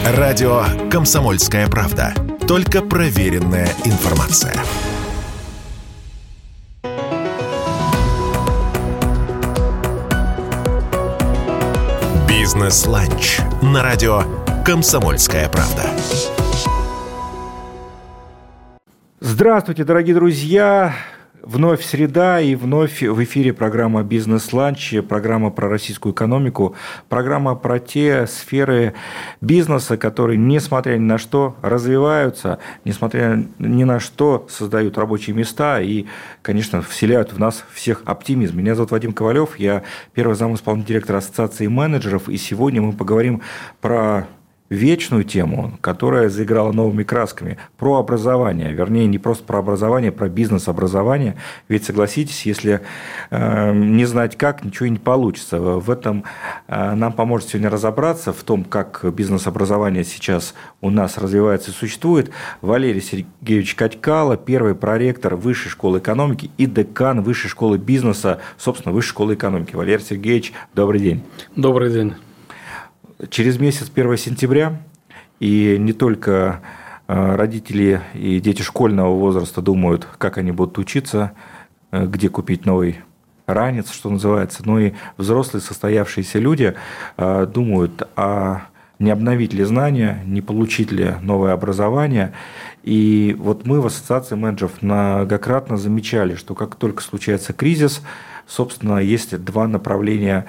Радио «Комсомольская правда». Только проверенная информация. «Бизнес-ланч» на радио «Комсомольская правда». Здравствуйте, дорогие друзья! Вновь среда и вновь в эфире программа «Бизнес-ланч», программа про российскую экономику, программа про те сферы бизнеса, которые, несмотря ни на что, развиваются, несмотря ни на что, создают рабочие места и, конечно, вселяют в нас всех оптимизм. Меня зовут Вадим Ковалев, я первый зам исполнительного директора Ассоциации менеджеров, и сегодня мы поговорим про вечную тему, которая заиграла новыми красками, про образование, вернее, не просто про образование, про бизнес-образование, ведь, согласитесь, если не знать как, ничего и не получится. В этом нам поможет сегодня разобраться, в том, как бизнес-образование сейчас у нас развивается и существует, Валерий Сергеевич Катькало, первый проректор Высшей школы экономики и декан Высшей школы бизнеса, собственно, Высшей школы экономики. Валерий Сергеевич, добрый день. Добрый день. Через месяц, 1 сентября, и не только родители и дети школьного возраста думают, как они будут учиться, где купить новый ранец, что называется, но и взрослые состоявшиеся люди думают, не обновить ли знания, не получить ли новое образование. И вот мы в Ассоциации менеджеров многократно замечали, что как только случается кризис, собственно, есть два направления,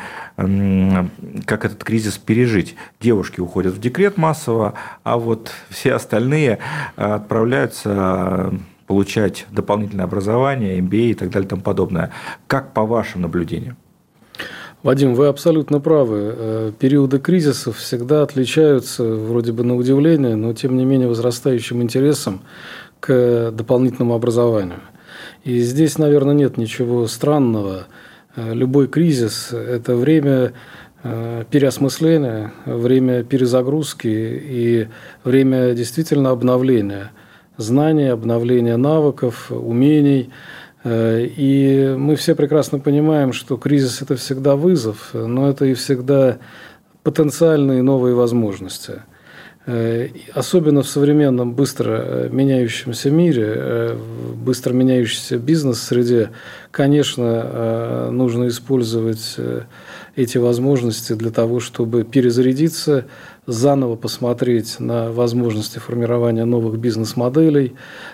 как этот кризис пережить. Девушки уходят в декрет массово, а вот все остальные отправляются получать дополнительное образование, MBA и так далее и тому подобное. Как по вашим наблюдениям? Вадим, вы абсолютно правы. Периоды кризисов всегда отличаются, вроде бы на удивление, но тем не менее возрастающим интересом к дополнительному образованию. И здесь, наверное, нет ничего странного. Любой кризис – это время переосмысления, время перезагрузки и время действительно обновления знаний, обновления навыков, умений. И мы все прекрасно понимаем, что кризис – это всегда вызов, но это и всегда потенциальные новые возможности. Особенно в современном быстро меняющемся мире, быстро меняющейся бизнес-среде, конечно, нужно использовать эти возможности для того, чтобы перезарядиться, заново посмотреть на возможности формирования новых бизнес-моделей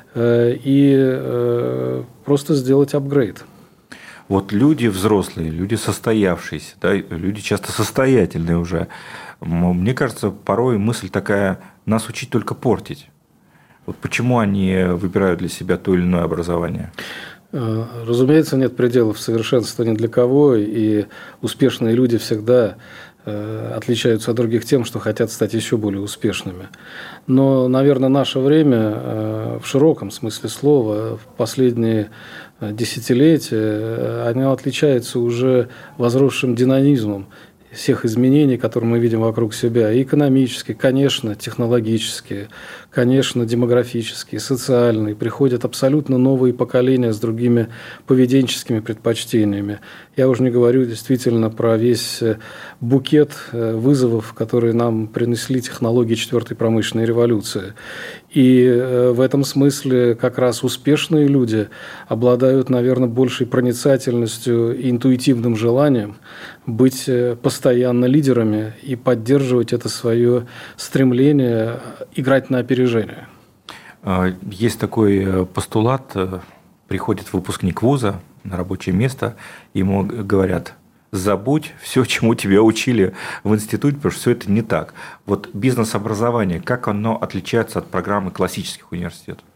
и просто сделать апгрейд. Вот люди взрослые, люди состоявшиеся, да, люди часто состоятельные уже. Мне кажется, порой мысль такая: нас учить только портить. Вот почему они выбирают для себя то или иное образование? Разумеется, нет пределов совершенства ни для кого, и успешные люди всегда отличаются от других тем, что хотят стать еще более успешными. Но, наверное, наше время в широком смысле слова, в последние десятилетия, оно отличается уже возросшим динамизмом всех изменений, которые мы видим вокруг себя, и экономические, конечно, технологические, конечно, демографические, социальные. Приходят абсолютно новые поколения с другими поведенческими предпочтениями. Я уже не говорю действительно про весь букет вызовов, которые нам принесли технологии 4-й промышленной революции. И в этом смысле как раз успешные люди обладают, наверное, большей проницательностью и интуитивным желанием быть постоянно лидерами и поддерживать это свое стремление играть на опережение. Есть такой постулат: приходит выпускник вуза на рабочее место, ему говорят: забудь все, чему тебя учили в институте, потому что все это не так. Вот бизнес-образование, как оно отличается от программы классических университетов?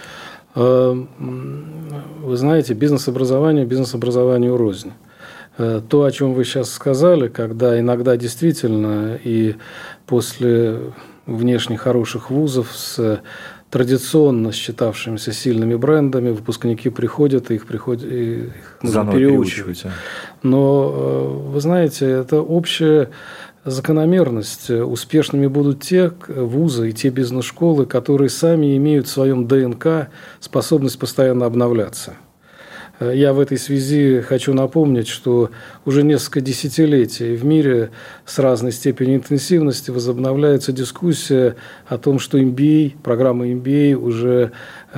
Вы знаете, бизнес-образованию рознь. То, о чем вы сейчас сказали, когда иногда действительно и после внешне хороших вузов с традиционно считавшимися сильными брендами выпускники приходят, и их нужно переучивать. Но, вы знаете, это общая закономерность. Успешными будут те вузы и те бизнес-школы, которые сами имеют в своем ДНК способность постоянно обновляться. Я в этой связи хочу напомнить, что уже несколько десятилетий в мире с разной степенью интенсивности возобновляется дискуссия о том, что MBA, программы MBA уже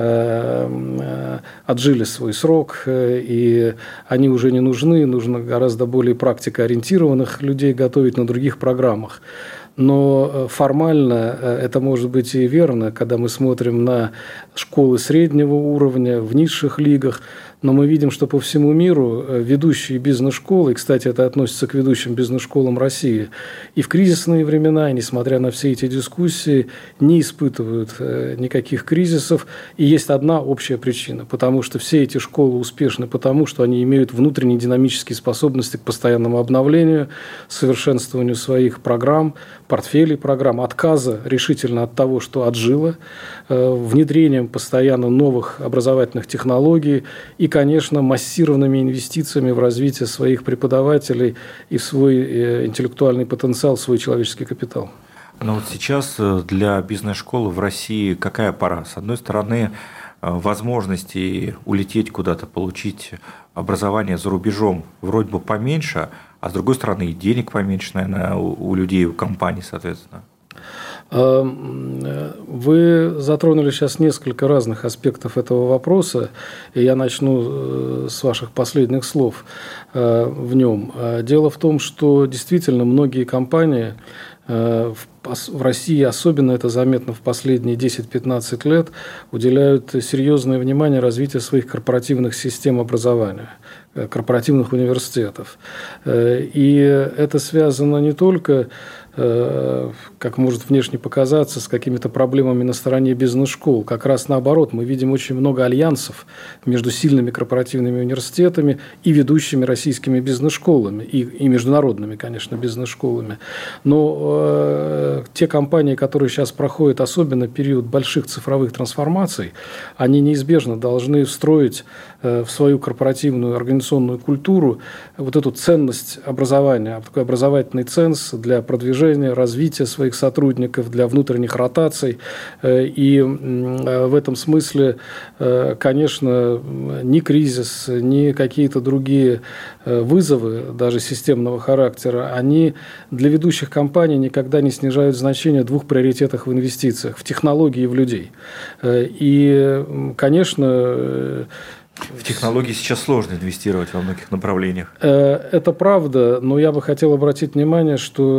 отжили свой срок, и они уже не нужны, нужно гораздо более практикоориентированных людей готовить на других программах. Но формально это может быть и верно, когда мы смотрим на школы среднего уровня, в низших лигах, но мы видим, что по всему миру ведущие бизнес-школы, и, кстати, это относится к ведущим бизнес-школам России, и в кризисные времена, и несмотря на все эти дискуссии, не испытывают никаких кризисов. И есть одна общая причина, потому что все эти школы успешны потому, что они имеют внутренние динамические способности к постоянному обновлению, совершенствованию своих программ, портфелей программ, отказа решительно от того, что отжило, внедрением постоянно новых образовательных технологий и, конечно, массированными инвестициями в развитие своих преподавателей и в свой интеллектуальный потенциал, в свой человеческий капитал. Но вот сейчас для бизнес-школы в России какая пора? С одной стороны, возможности улететь куда-то, получить образование за рубежом вроде бы поменьше, а с другой стороны и денег поменьше, наверное, у людей, у компаний, соответственно. Вы затронули сейчас несколько разных аспектов этого вопроса, и я начну с ваших последних слов в нем. Дело в том, что действительно многие компании в России, особенно это заметно в последние 10-15 лет, уделяют серьезное внимание развитию своих корпоративных систем образования, корпоративных университетов. И это связано не только, как может внешне показаться, с какими-то проблемами на стороне бизнес-школ. Как раз наоборот, мы видим очень много альянсов между сильными корпоративными университетами и ведущими российскими бизнес-школами, и международными, конечно, бизнес-школами. Но те компании, которые сейчас проходят особенно период больших цифровых трансформаций, они неизбежно должны встроить в свою корпоративную организационную культуру вот эту ценность образования, такой образовательный ценз для продвижения, развития своих сотрудников, для внутренних ротаций. И в этом смысле, конечно, ни кризис, ни какие-то другие вызовы, даже системного характера, они для ведущих компаний никогда не снижают значение двух приоритетах в инвестициях – в технологии и в людей. И, конечно, в технологии сейчас сложно инвестировать во многих направлениях. Это правда, но я бы хотел обратить внимание,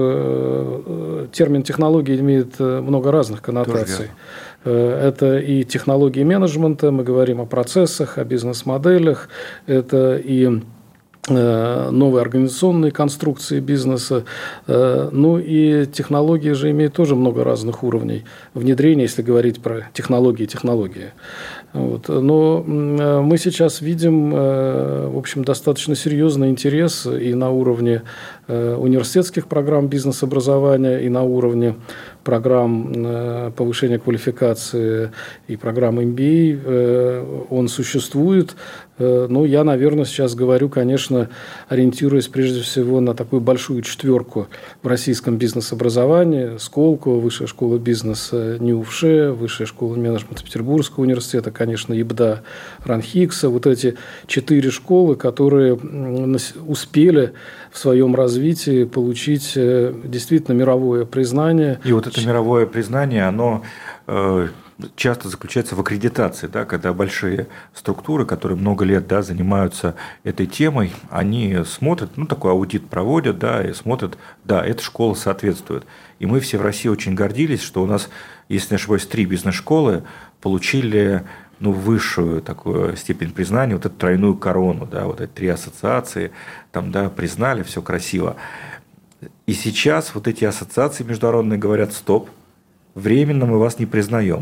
что термин технологии имеет много разных коннотаций. Это и технологии менеджмента, мы говорим о процессах, о бизнес-моделях, это и новые организационные конструкции бизнеса. Ну и технологии же имеют тоже много разных уровней внедрения, если говорить про технологии. Вот. Но мы сейчас видим, в общем, достаточно серьезный интерес и на уровне университетских программ бизнес-образования, и на уровне программ повышения квалификации и программ MBA. Он существует. Ну, я, наверное, сейчас говорю, конечно, ориентируясь прежде всего на такую большую четверку в российском бизнес-образовании. Сколково, Высшая школа бизнеса НИУФШ, Высшая школа менеджмента Петербургского университета, конечно, ИБДА, РАНХИКСа. Вот эти 4 школы, которые успели в своем развитии получить действительно мировое признание. И вот это мировое признание, оно часто заключается в аккредитации, да, когда большие структуры, которые много лет, да, занимаются этой темой, они смотрят, такой аудит проводят, да, и смотрят, да, эта школа соответствует. И мы все в России очень гордились, что у нас, если не ошибаюсь, 3 бизнес-школы получили высшую такую степень признания, вот эту тройную корону, да, вот эти 3 ассоциации, там, да, признали, все красиво. И сейчас вот эти ассоциации международные говорят: стоп, временно мы вас не признаем.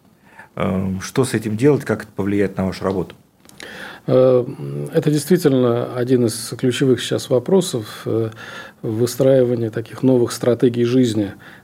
Что с этим делать, как это повлияет на вашу работу? Это действительно один из ключевых сейчас вопросов в выстраивании таких новых стратегий жизни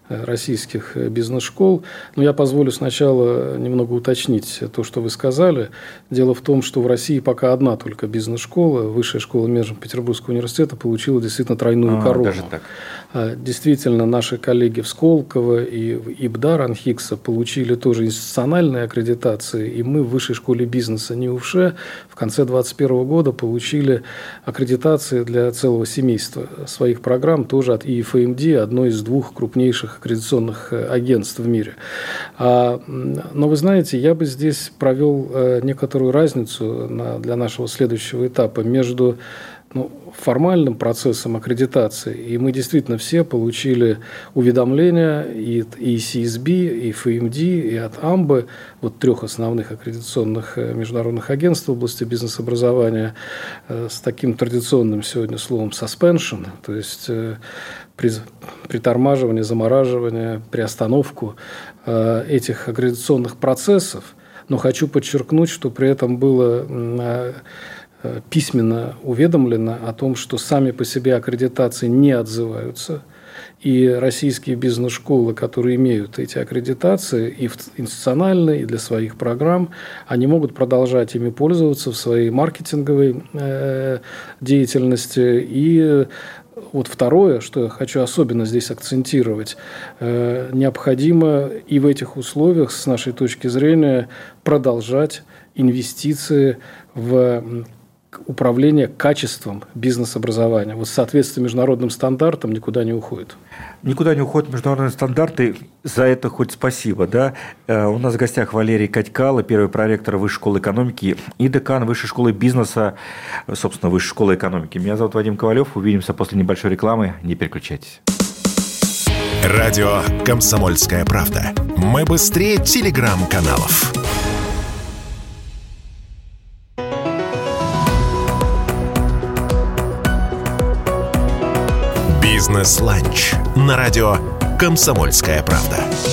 российских бизнес-школ. Но я позволю сначала немного уточнить то, что вы сказали. Дело в том, что в России пока одна только бизнес-школа, Высшая школа менеджмента Петербургского университета, получила действительно тройную корону. Даже так. Действительно, наши коллеги в Сколково и в ИБДА РАНХИКСа получили тоже институциональные аккредитации, и мы в Высшей школе бизнеса НИУШ в конце 2021 года получили аккредитации для целого семейства своих программ, тоже от ИФМД, одной из двух крупнейших аккредитационных агентств в мире. Но вы знаете, я бы здесь провел некоторую разницу для нашего следующего этапа между формальным процессом аккредитации, и мы действительно все получили уведомления и CSB, и ФМД, и от АМБы, вот трех основных аккредитационных международных агентств в области бизнес-образования, с таким традиционным сегодня словом suspension, то есть притормаживание, замораживание, приостановку этих аккредитационных процессов. Но хочу подчеркнуть, что при этом было письменно уведомлено о том, что сами по себе аккредитации не отзываются, и российские бизнес-школы, которые имеют эти аккредитации и институциональные, и для своих программ, они могут продолжать ими пользоваться в своей маркетинговой деятельности. И вот второе, что я хочу особенно здесь акцентировать, необходимо и в этих условиях, с нашей точки зрения, продолжать инвестиции в управление качеством бизнес-образования. Вот соответствие международным стандартам никуда не уходит. Никуда не уходят международные стандарты, за это хоть спасибо. Да? У нас в гостях Валерий Катькало, первый проректор Высшей школы экономики и декан Высшей школы бизнеса, собственно, Высшей школы экономики. Меня зовут Вадим Ковалев. Увидимся после небольшой рекламы. Не переключайтесь. Радио «Комсомольская правда». Мы быстрее телеграм-каналов. «Бизнес-ланч» на радио «Комсомольская правда».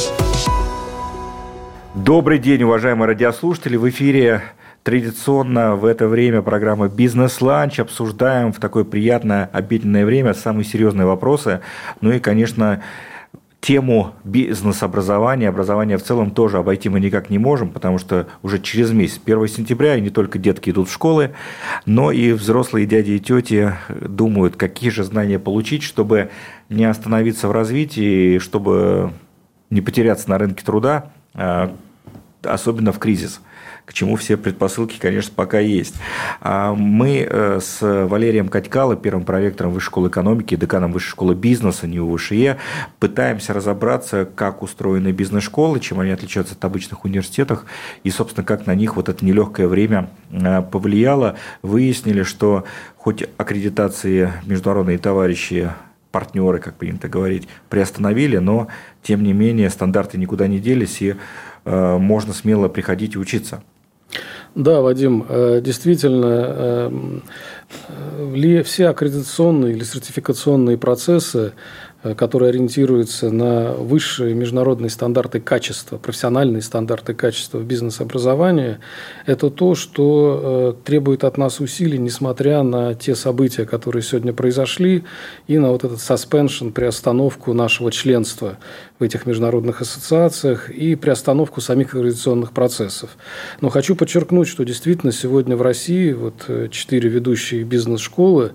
Добрый день, уважаемые радиослушатели. В эфире традиционно в это время программа «Бизнес-ланч». Обсуждаем в такое приятное обеденное время самые серьезные вопросы. Ну и, конечно, тему бизнес-образования, образования в целом тоже обойти мы никак не можем, потому что уже через месяц, 1 сентября, и не только детки идут в школы, но и взрослые дяди и тети думают, какие же знания получить, чтобы не остановиться в развитии, чтобы не потеряться на рынке труда, особенно в кризис, к чему все предпосылки, конечно, пока есть. Мы с Валерием Катькало, первым проректором Высшей школы экономики, деканом Высшей школы бизнеса НИУ ВШЕ, пытаемся разобраться, как устроены бизнес-школы, чем они отличаются от обычных университетов, и, собственно, как на них вот это нелегкое время повлияло. Выяснили, что хоть аккредитации международные товарищи, партнеры, как принято говорить, приостановили, но, тем не менее, стандарты никуда не делись, и можно смело приходить и учиться. Да, Вадим, действительно, все аккредитационные или сертификационные процессы, которые ориентируются на высшие международные стандарты качества, профессиональные стандарты качества в бизнес-образовании, это то, что требует от нас усилий, несмотря на те события, которые сегодня произошли, и на вот этот suspension, приостановку нашего членства в этих международных ассоциациях и приостановку самих аккредитационных процессов. Но хочу подчеркнуть, что действительно сегодня в России 4 ведущие бизнес-школы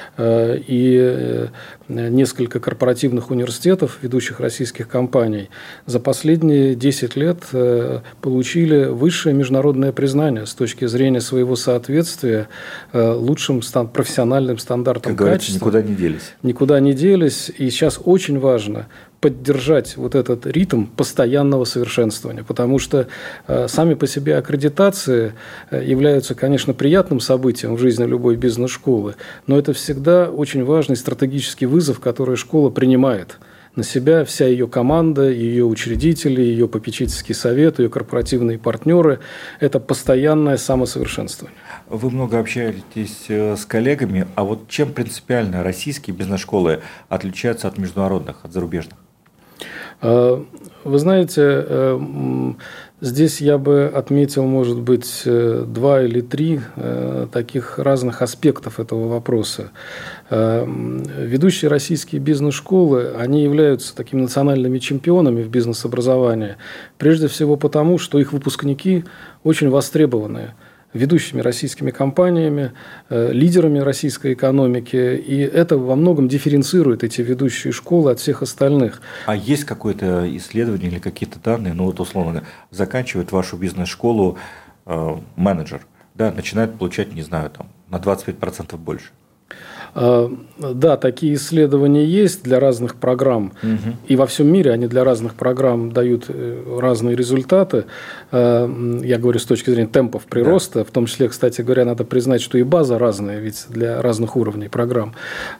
и несколько корпоративных университетов, ведущих российских компаний, за последние 10 лет получили высшее международное признание с точки зрения своего соответствия лучшим профессиональным стандартам качества. Никуда не делись. Никуда не делись. И сейчас очень важно поддержать вот этот ритм постоянного совершенствования, потому что сами по себе аккредитации являются, конечно, приятным событием в жизни любой бизнес-школы, но это всегда очень важный стратегический вызов, который школа принимает на себя, вся ее команда, ее учредители, ее попечительский совет, ее корпоративные партнеры. Это постоянное самосовершенствование. Вы много общаетесь с коллегами, а вот чем принципиально российские бизнес-школы отличаются от международных, от зарубежных? Вы знаете, здесь я бы отметил, может быть, 2 или 3 таких разных аспектов этого вопроса. Ведущие российские бизнес-школы, они являются такими национальными чемпионами в бизнес-образовании, прежде всего потому, что их выпускники очень востребованы ведущими российскими компаниями, лидерами российской экономики, и это во многом дифференцирует эти ведущие школы от всех остальных. А есть какое-то исследование или какие-то данные, ну вот условно, заканчивает вашу бизнес-школу менеджер, да, начинает получать, не знаю, там, на 25% больше? Да, такие исследования есть для разных программ. И во всем мире они для разных программ дают разные результаты. Я говорю с точки зрения темпов прироста. Да. В том числе, кстати говоря, надо признать, что и база разная, ведь для разных уровней программ.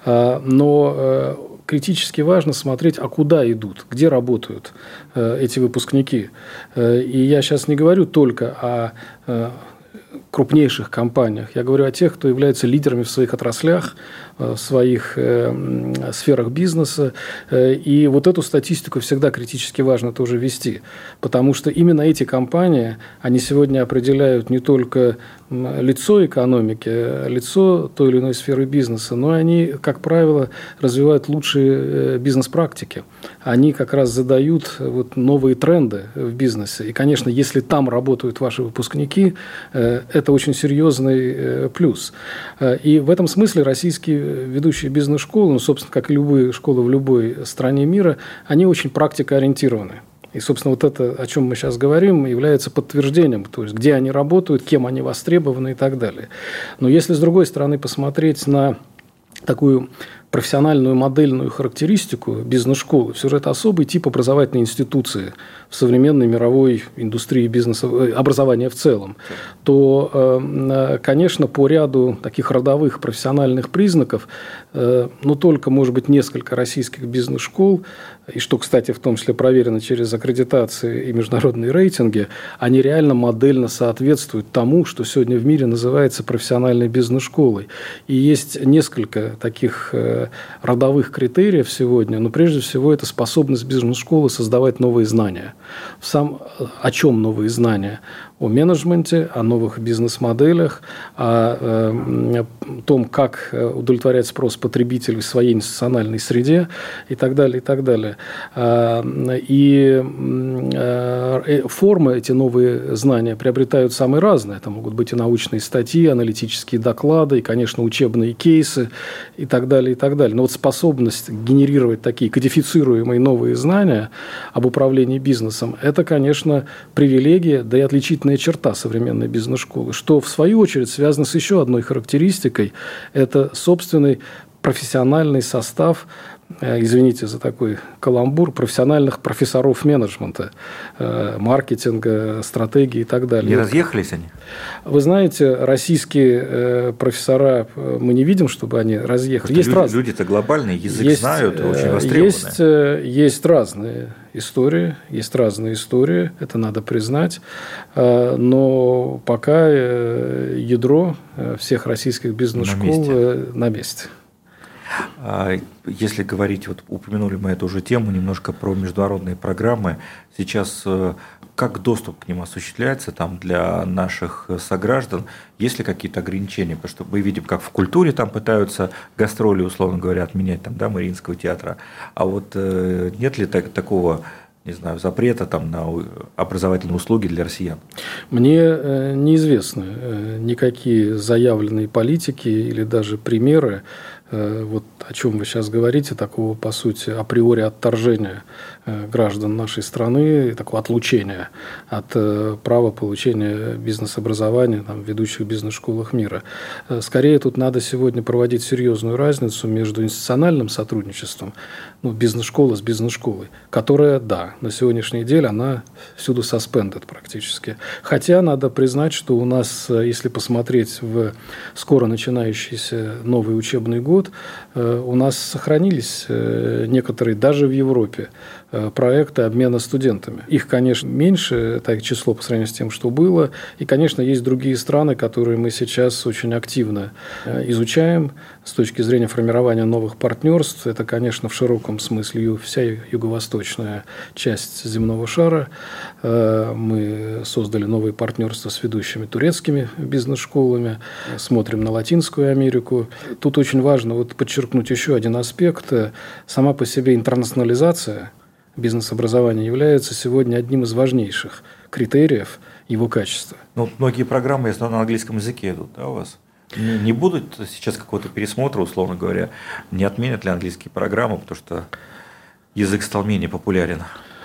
Но критически важно смотреть, а куда идут, где работают эти выпускники. И я сейчас не говорю только о крупнейших компаниях. Я говорю о тех, кто является лидерами в своих отраслях, в своих сферах бизнеса. И вот эту статистику всегда критически важно тоже вести, потому что именно эти компании, они сегодня определяют не только лицо экономики, лицо той или иной сферы бизнеса, но они, как правило, развивают лучшие бизнес-практики. Они как раз задают вот новые тренды в бизнесе. И, конечно, если там работают ваши выпускники, это очень серьезный плюс. И в этом смысле российские ведущие бизнес-школы, ну, собственно, как и любые школы в любой стране мира, они очень практикоориентированы. И, собственно, вот это, о чем мы сейчас говорим, является подтверждением, то есть где они работают, кем они востребованы и так далее. Но если, с другой стороны, посмотреть на такую профессиональную модельную характеристику бизнес-школы, все же это особый тип образовательной институции в современной мировой индустрии бизнеса, образования в целом, то, конечно, по ряду таких родовых профессиональных признаков, ну, только, может быть, несколько российских бизнес-школ, и что, кстати, в том числе проверено через аккредитации и международные рейтинги, они реально модельно соответствуют тому, что сегодня в мире называется профессиональной бизнес-школой. И есть несколько таких родовых критериев сегодня, но прежде всего это способность бизнес-школы создавать новые знания. О чем новые знания? О менеджменте, о новых бизнес-моделях, о том, как удовлетворять спрос потребителей в своей институциональной среде и так далее, и так далее. И формы, эти новые знания приобретают самые разные. Это могут быть и научные статьи, аналитические доклады, и, конечно, учебные кейсы и так далее, и так далее. Но вот способность генерировать такие кодифицируемые новые знания об управлении бизнесом – это, конечно, привилегия, да и отличительная черта современной бизнес-школы, что, в свою очередь, связано с еще одной характеристикой – это собственный профессиональный состав, извините за такой каламбур, профессиональных профессоров менеджмента, маркетинга, стратегии и так далее. Не разъехались они? Вы знаете, российские профессора, мы не видим, чтобы они разъехались. Есть люди-то глобальные, язык знают, очень востребованные. Есть разные истории, это надо признать, но пока ядро всех российских бизнес-школ на месте. Если говорить, вот упомянули мы эту же тему, немножко про международные программы, сейчас как доступ к ним осуществляется там для наших сограждан, есть ли какие-то ограничения? Потому что мы видим, как в культуре там пытаются гастроли, условно говоря, отменять там, да, Мариинского театра, а вот нет ли такого, не знаю, запрета там на образовательные услуги для россиян? Мне неизвестны никакие заявленные политики или даже примеры, вот о чем вы сейчас говорите, такого, по сути, априори отторжения граждан нашей страны, такого отлучения от права получения бизнес-образования там, в ведущих бизнес-школах мира. Скорее, тут надо сегодня проводить серьезную разницу между институциональным сотрудничеством, ну, бизнес-школы с бизнес-школой, которая, да, на сегодняшний день она всюду suspended практически. Хотя надо признать, что у нас, если посмотреть в скоро начинающийся новый учебный год, у нас сохранились некоторые, даже в Европе, проекты обмена студентами. Их, конечно, меньше, это их число по сравнению с тем, что было. И, конечно, есть другие страны, которые мы сейчас очень активно изучаем с точки зрения формирования новых партнерств. Это, конечно, в широком смысле вся юго-восточная часть земного шара. Мы создали новые партнерства с ведущими турецкими бизнес-школами, смотрим на Латинскую Америку. Тут очень важно подчеркнуть еще один аспект. Сама по себе интернационализация бизнес-образования является сегодня одним из важнейших критериев его качества. Многие программы, если на английском языке идут, да, у вас? Не будут сейчас какого-то пересмотра, условно говоря, не отменят ли английские программы, потому что язык стал менее популярен?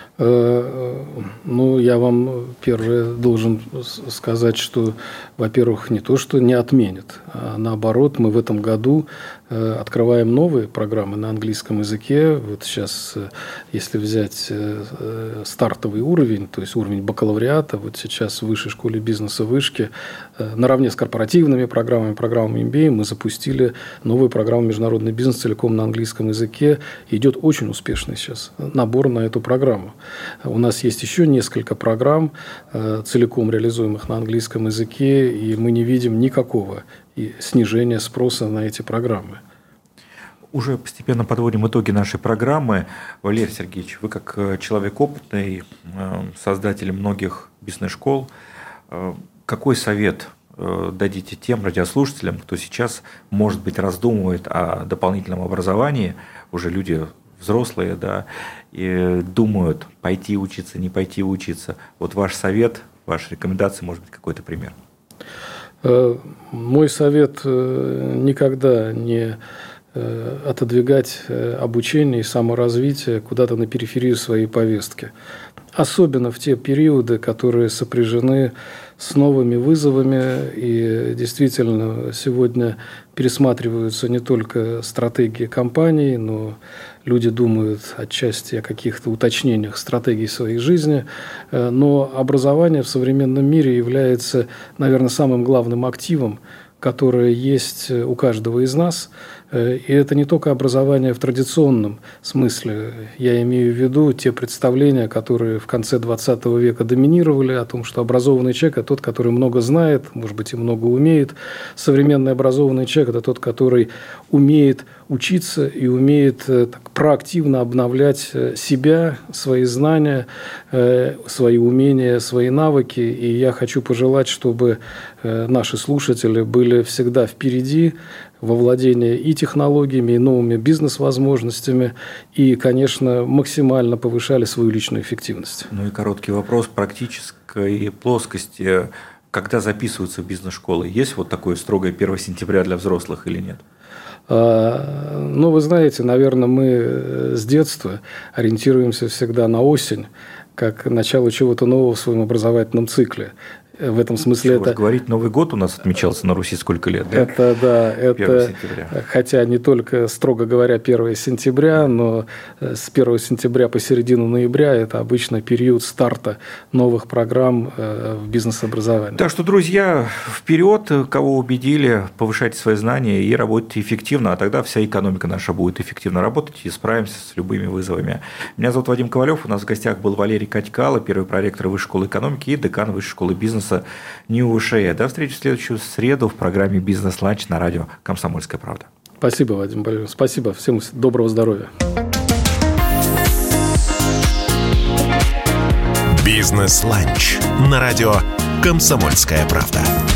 Я вам первое должен сказать, что, во-первых, не то, что не отменят, а наоборот, мы в этом году открываем новые программы на английском языке. Вот сейчас, если взять стартовый уровень, то есть уровень бакалавриата, вот сейчас в Высшей школе бизнеса Вышки, наравне с корпоративными программами MBA, мы запустили новую программу «Международный бизнес» целиком на английском языке. Идет очень успешный сейчас набор на эту программу. У нас есть еще несколько программ, целиком реализуемых на английском языке, и мы не видим никакого снижения спроса на эти программы. Уже постепенно подводим итоги нашей программы. Валерий Сергеевич, вы как человек опытный, создатель многих бизнес-школ, какой совет дадите тем радиослушателям, кто сейчас, может быть, раздумывает о дополнительном образовании, уже люди взрослые, да, и думают, пойти учиться, не пойти учиться. Вот ваш совет, ваши рекомендации, может быть, какой-то пример? Мой совет – никогда не отодвигать обучение и саморазвитие куда-то на периферию своей повестки. Особенно в те периоды, которые сопряжены с новыми вызовами. И действительно, сегодня пересматриваются не только стратегии компаний, но люди думают отчасти о каких-то уточнениях стратегий своей жизни. Но образование в современном мире является, наверное, самым главным активом, которое есть у каждого из нас. И это не только образование в традиционном смысле. Я имею в виду те представления, которые в конце 20 века доминировали, о том, что образованный человек – это тот, который много знает, может быть, и много умеет. Современный образованный человек – это тот, который умеет учиться и умеет проактивно обновлять себя, свои знания, свои умения, свои навыки. И я хочу пожелать, чтобы наши слушатели были всегда впереди во владении и технологиями, и новыми бизнес-возможностями, и, конечно, максимально повышали свою личную эффективность. И короткий вопрос практической плоскости. Когда записываются в бизнес-школы? Есть вот такое строгое 1 сентября для взрослых или нет? Вы знаете, наверное, мы с детства ориентируемся всегда на осень, как начало чего-то нового в своем образовательном цикле. В этом смысле это... говорить, Новый год у нас отмечался на Руси сколько лет? Да? Это, да. 1 сентября. Хотя не только, строго говоря, 1 сентября, но с 1 сентября по середину ноября это обычно период старта новых программ в бизнес-образовании. Так что, друзья, вперед, кого убедили, повышайте свои знания и работайте эффективно, а тогда вся экономика наша будет эффективно работать и справимся с любыми вызовами. Меня зовут Вадим Ковалев, у нас в гостях был Валерий Катькало, первый проректор Высшей школы экономики и декан Высшей школы бизнеса НИУ-ВШЭ. До встречи в следующую среду в программе «Бизнес-ланч» на радио «Комсомольская правда». Спасибо, Вадим Валерьевич. Спасибо. Всем доброго здоровья. «Бизнес-ланч» на радио «Комсомольская правда».